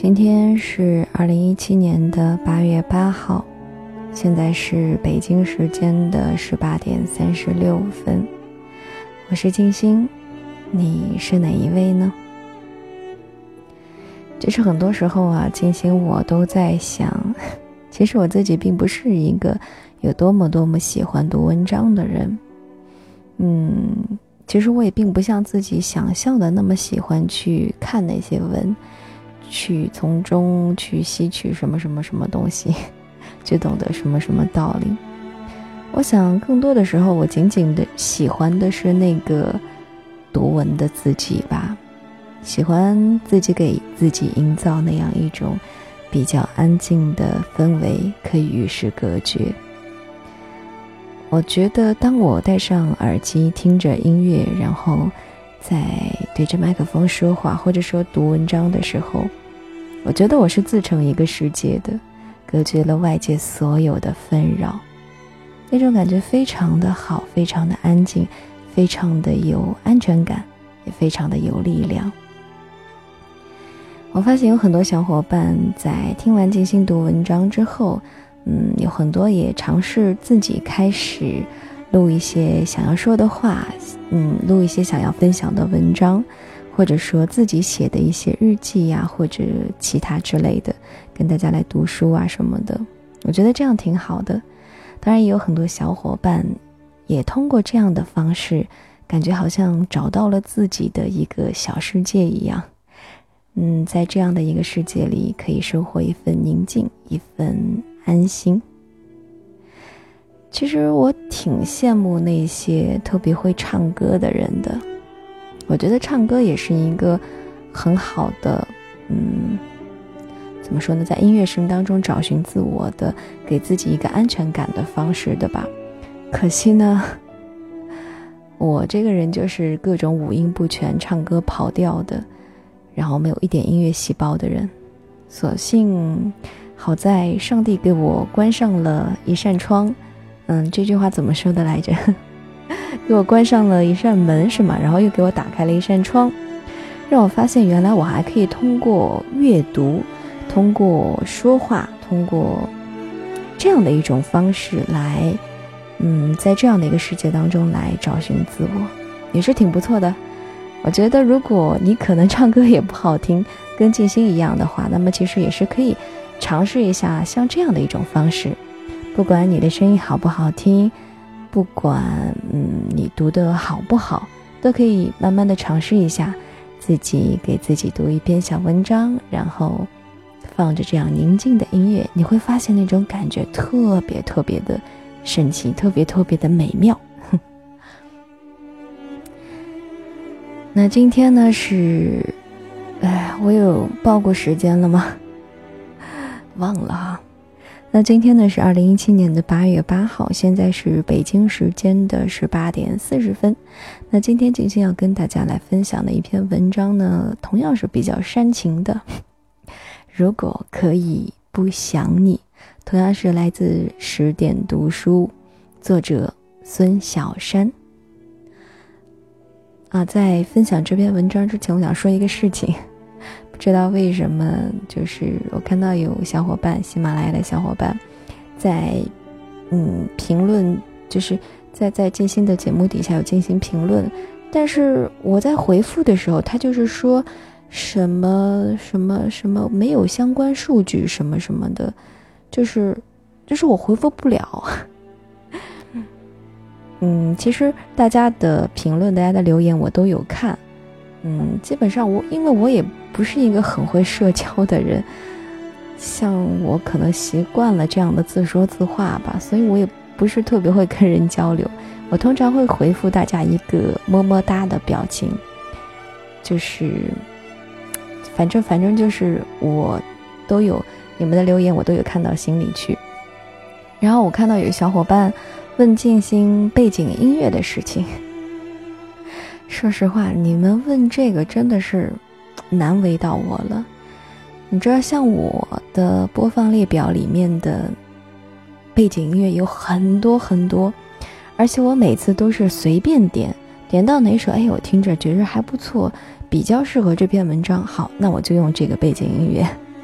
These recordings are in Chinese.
今天是2017年的8月8号，现在是北京时间的18点36分。我是静心，你是哪一位呢？其实很多时候啊，静心我都在想，其实我自己并不是一个有多么喜欢读文章的人。其实我也并不像自己想象的那么喜欢去看那些文，去从中去吸取什么东西，去懂得什么道理。我想更多的时候，我仅仅的喜欢的是那个读文的自己吧，喜欢自己给自己营造那样一种比较安静的氛围，可以与世隔绝。我觉得当我戴上耳机听着音乐，然后在对着麦克风说话或者说读文章的时候，我觉得我是自成一个世界的，隔绝了外界所有的纷扰，那种感觉非常的好，非常的安静，非常的有安全感，也非常的有力量。我发现有很多小伙伴在听完静心读文章之后，有很多也尝试自己开始录一些想要说的话，录一些想要分享的文章，或者说自己写的一些日记呀，或者其他之类的，跟大家来读书啊什么的。我觉得这样挺好的。当然也有很多小伙伴也通过这样的方式，感觉好像找到了自己的一个小世界一样。在这样的一个世界里，可以收获一份宁静，一份安心。其实我挺羡慕那些特别会唱歌的人的，我觉得唱歌也是一个很好的怎么说呢，在音乐声当中找寻自我的，给自己一个安全感的方式的吧。可惜呢，我这个人就是各种五音不全，唱歌跑调的，然后没有一点音乐细胞的人。所幸好在上帝给我关上了一扇窗，这句话怎么说的来着？给我关上了一扇门是吗？然后又给我打开了一扇窗，让我发现原来我还可以通过阅读，通过说话，通过这样的一种方式来在这样的一个世界当中来找寻自我，也是挺不错的。我觉得如果你可能唱歌也不好听，跟静心一样的话，那么其实也是可以尝试一下像这样的一种方式。不管你的声音好不好听，不管你读得好不好，都可以慢慢的尝试一下，自己给自己读一篇小文章，然后放着这样宁静的音乐，你会发现那种感觉特别的神奇，特别的美妙。那今天呢是我有报过时间了吗？忘了哈。那今天呢是2017年的8月8号，现在是北京时间的18点40分。那今天静心要跟大家来分享的一篇文章呢，同样是比较煽情的。如果可以不想你，同样是来自10点读书，作者孙小山。在分享这篇文章之前，我想说一个事情。不知道为什么，就是我看到有小伙伴，喜马拉雅的小伙伴在评论，就是在静心的节目底下有进行评论，但是我在回复的时候，他就是说什么没有相关数据什么的，就是我回复不了。其实大家的评论，大家的留言我都有看。基本上因为我也不是一个很会社交的人，像我可能习惯了这样的自说自话吧，所以我也不是特别会跟人交流。我通常会回复大家一个么么哒的表情，就是反正就是我都有，你们的留言我都有看到心里去。然后我看到有小伙伴问静心背景音乐的事情，说实话，你们问这个真的是难为到我了。你知道，像我的播放列表里面的背景音乐有很多，而且我每次都是随便点到哪首，我听着觉得还不错，比较适合这篇文章，好，那我就用这个背景音乐。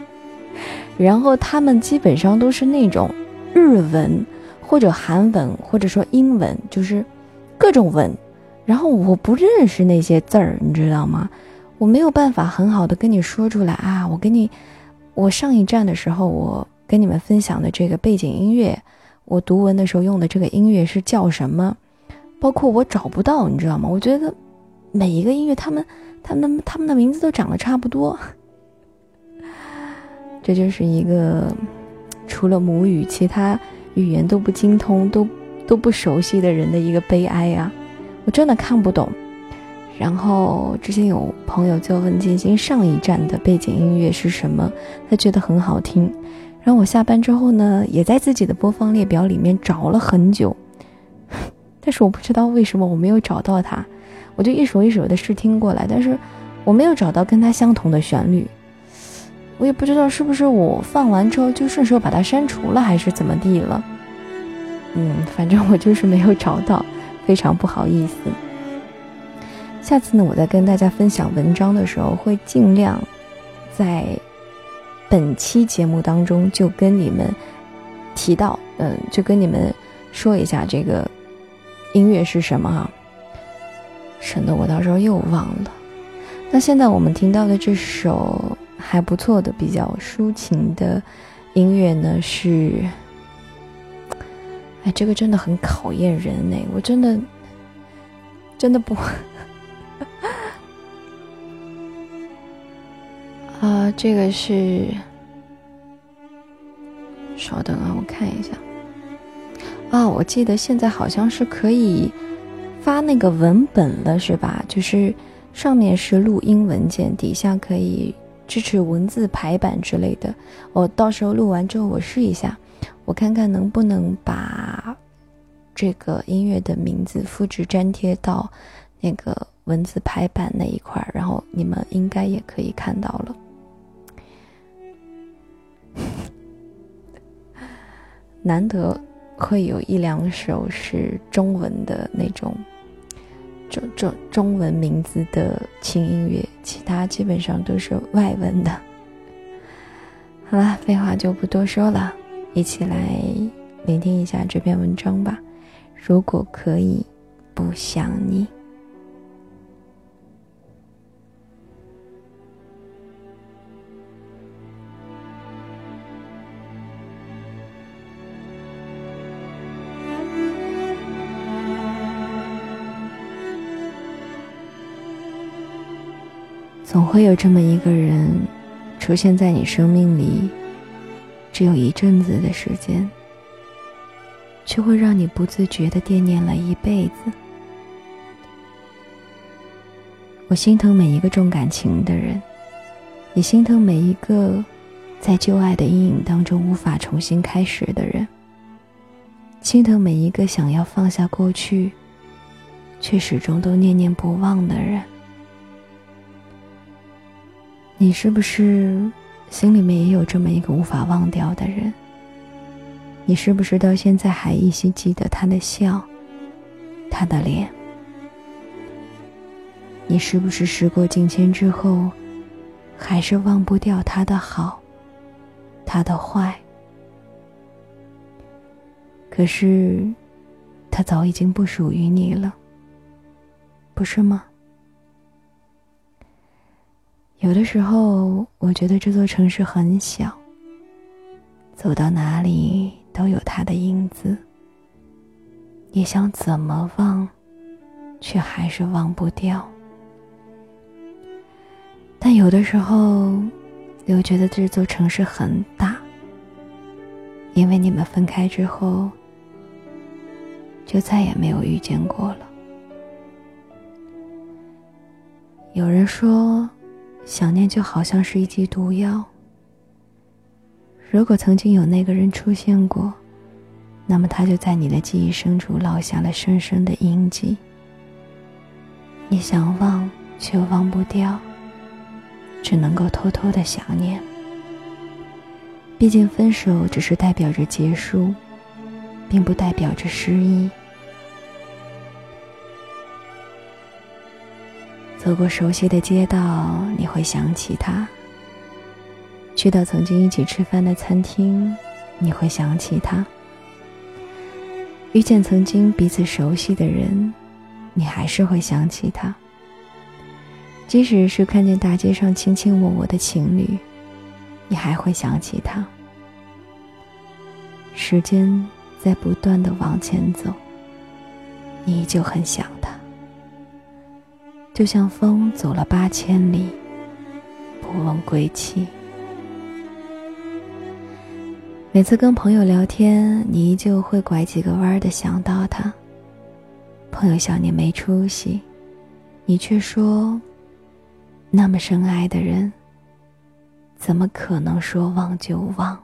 然后他们基本上都是那种日文或者韩文或者说英文，就是各种文，然后我不认识那些字儿，你知道吗？我没有办法很好的跟你说出来啊，我上一站的时候我跟你们分享的这个背景音乐，我读文的时候用的这个音乐是叫什么，包括我找不到，你知道吗？我觉得每一个音乐他们的名字都长得差不多。这就是一个除了母语其他语言都不精通都不熟悉的人的一个悲哀啊，我真的看不懂。然后之前有朋友就问金星上一站的背景音乐是什么，他觉得很好听，然后我下班之后呢也在自己的播放列表里面找了很久，但是我不知道为什么我没有找到它，我就一首一首的试听过来，但是我没有找到跟它相同的旋律，我也不知道是不是我放完之后就顺手把它删除了还是怎么地了，反正我就是没有找到，非常不好意思。下次呢，我在跟大家分享文章的时候，会尽量在本期节目当中就跟你们提到，就跟你们说一下这个音乐是什么啊，省得我到时候又忘了。那现在我们听到的这首还不错的比较抒情的音乐呢是，这个真的很考验人我真的不这个是，稍等啊，我看一下我记得现在好像是可以发那个文本了是吧，就是上面是录音文件，底下可以支持文字排版之类的，我到时候录完之后我试一下，我看看能不能把这个音乐的名字复制粘贴到那个文字排版那一块，然后你们应该也可以看到了。难得会有一两首是中文的那种中文名字的轻音乐，其他基本上都是外文的。好了，废话就不多说了，一起来聆听一下这篇文章吧。如果可以不想你。总会有这么一个人出现在你生命里，只有一阵子的时间，却会让你不自觉地惦念了一辈子。我心疼每一个重感情的人，也心疼每一个在旧爱的阴影当中无法重新开始的人，心疼每一个想要放下过去却始终都念念不忘的人。你是不是心里面也有这么一个无法忘掉的人？你是不是到现在还依稀记得他的笑，他的脸？你是不是时过境迁之后还是忘不掉他的好，他的坏？可是他早已经不属于你了，不是吗？有的时候我觉得这座城市很小，走到哪里都有它的影子，也想怎么忘，却还是忘不掉。但有的时候又觉得这座城市很大，因为你们分开之后就再也没有遇见过了。有人说想念就好像是一剂毒药，如果曾经有那个人出现过，那么他就在你的记忆深处烙下了深深的印记。你想忘却忘不掉，只能够偷偷的想念。毕竟分手只是代表着结束，并不代表着失忆。走过熟悉的街道，你会想起他； 去到曾经一起吃饭的餐厅，你会想起他；遇见曾经彼此熟悉的人，你还是会想起他。即使是看见大街上卿卿我我的情侣，你还会想起他。时间在不断地往前走，你依旧很想他，就像风走了8000里，不问归期。每次跟朋友聊天，你依旧会拐几个弯地想到他。朋友笑你没出息，你却说，那么深爱的人，怎么可能说忘就忘？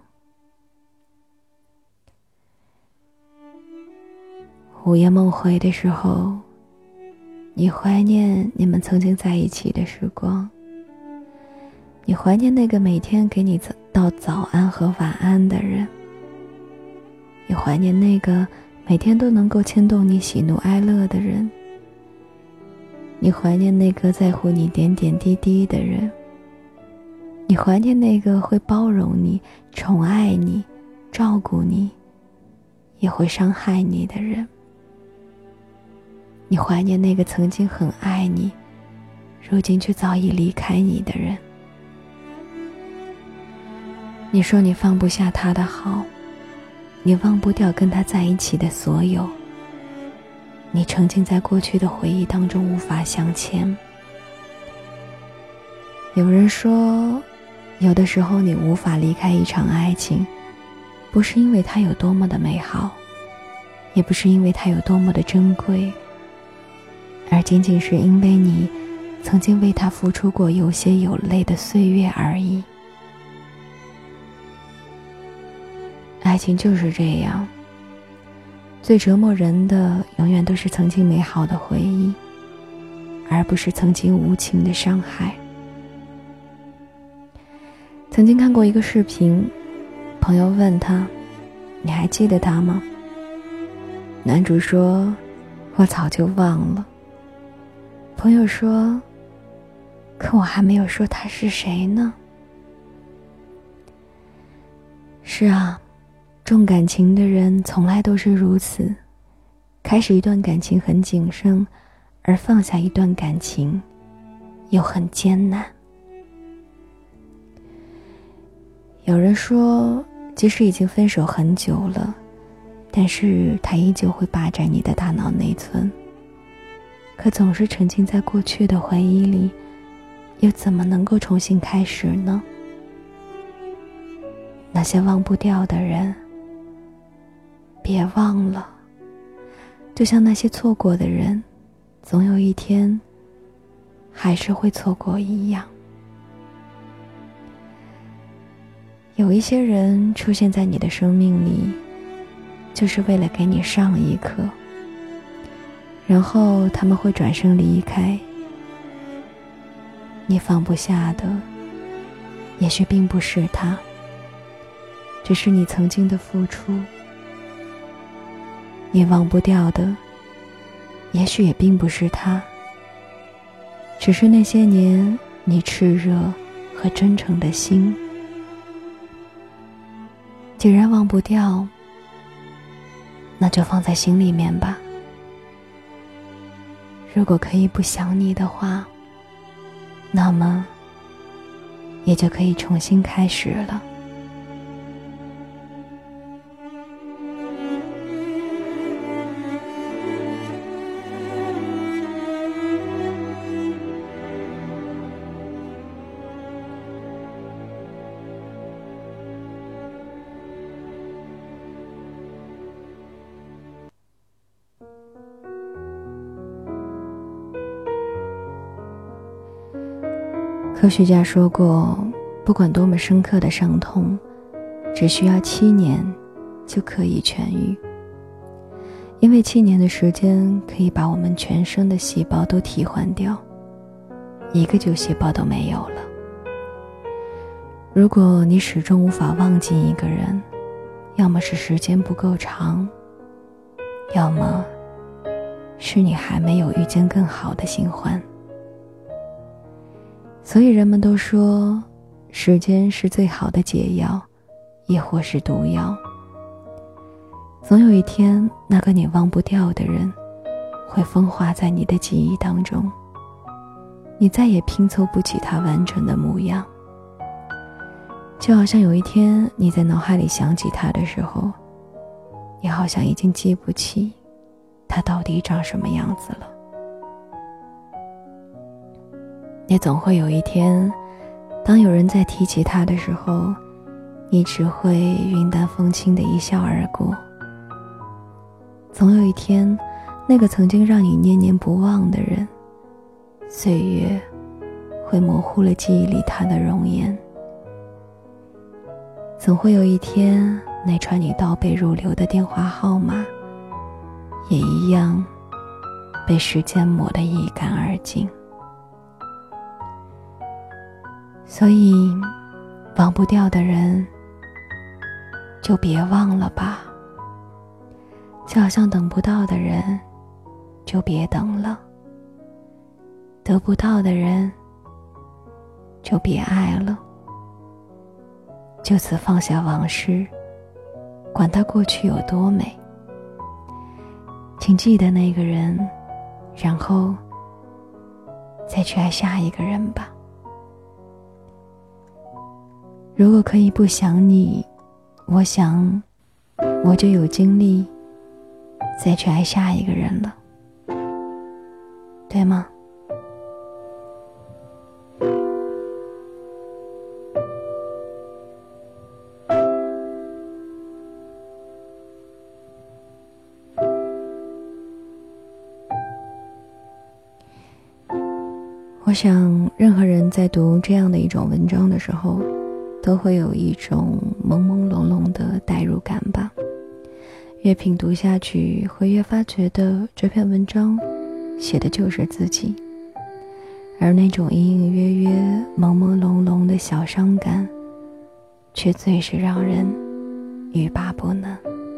午夜梦回的时候，你怀念你们曾经在一起的时光，你怀念那个每天给你道早安和晚安的人，你怀念那个每天都能够牵动你喜怒哀乐的人，你怀念那个在乎你点点滴滴的人，你怀念那个会包容你、宠爱你、照顾你，也会伤害你的人，你怀念那个曾经很爱你，如今却早已离开你的人。你说你放不下他的好，你忘不掉跟他在一起的所有，你沉浸在过去的回忆当中无法向前。有人说，有的时候你无法离开一场爱情，不是因为它有多么的美好，也不是因为它有多么的珍贵，而仅仅是因为你曾经为它付出过有血有泪的岁月而已。爱情就是这样，最折磨人的永远都是曾经美好的回忆，而不是曾经无情的伤害。曾经看过一个视频，朋友问他，你还记得他吗？男主说，我早就忘了。朋友说，可我还没有说他是谁呢。是啊，重感情的人从来都是如此，开始一段感情很谨慎，而放下一段感情又很艰难。有人说，即使已经分手很久了，但是他依旧会霸占你的大脑内存，可总是沉浸在过去的回忆里，又怎么能够重新开始呢？那些忘不掉的人，别忘了，就像那些错过的人，总有一天还是会错过一样。有一些人出现在你的生命里，就是为了给你上一课，然后他们会转身离开。你放不下的，也许并不是他，只是你曾经的付出。你忘不掉的，也许也并不是他，只是那些年你炽热和真诚的心。既然忘不掉，那就放在心里面吧。如果可以不想你的话，那么也就可以重新开始了。科学家说过，不管多么深刻的伤痛，只需要7年就可以痊愈。因为7年的时间可以把我们全身的细胞都替换掉，一个旧细胞都没有了。如果你始终无法忘记一个人，要么是时间不够长，要么是你还没有遇见更好的新欢。所以人们都说， 时间是最好的解药，也或是毒药。总有一天，那个你忘不掉的人会风化在你的记忆当中，你再也拼凑不起他完整的模样。就好像有一天你在脑海里想起他的时候，你好像已经记不起他到底长什么样子了。也总会有一天，当有人在提起他的时候，你只会云淡风轻地一笑而过。总有一天，那个曾经让你念念不忘的人，岁月会模糊了记忆里他的容颜。总会有一天，那串你倒背如流的电话号码，也一样被时间抹得一干二净。所以，忘不掉的人，就别忘了吧。就好像等不到的人，就别等了。得不到的人，就别爱了。就此放下往事，管它过去有多美。请记得那个人，然后再去爱下一个人吧。如果可以不想你，我想我就有精力再去爱下一个人了，对吗？我想任何人在读这样的一种文章的时候，都会有一种朦朦胧胧的代入感吧。越品读下去，会越发觉得这篇文章写的就是自己，而那种隐隐约约朦朦胧胧的小伤感，却最是让人欲罢不能。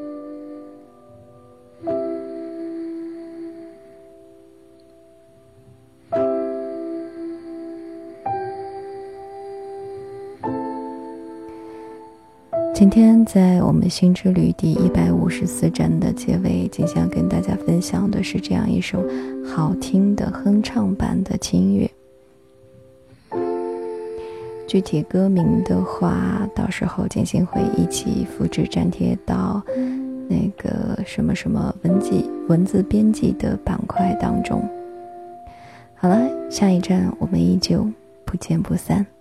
今天在我们新之旅第154站的结尾，即将跟大家分享的是这样一首好听的哼唱版的轻乐。具体歌名的话，到时候建新会一起复制粘贴到那个什么什么文字编辑的板块当中。好了，下一站我们依旧不见不散。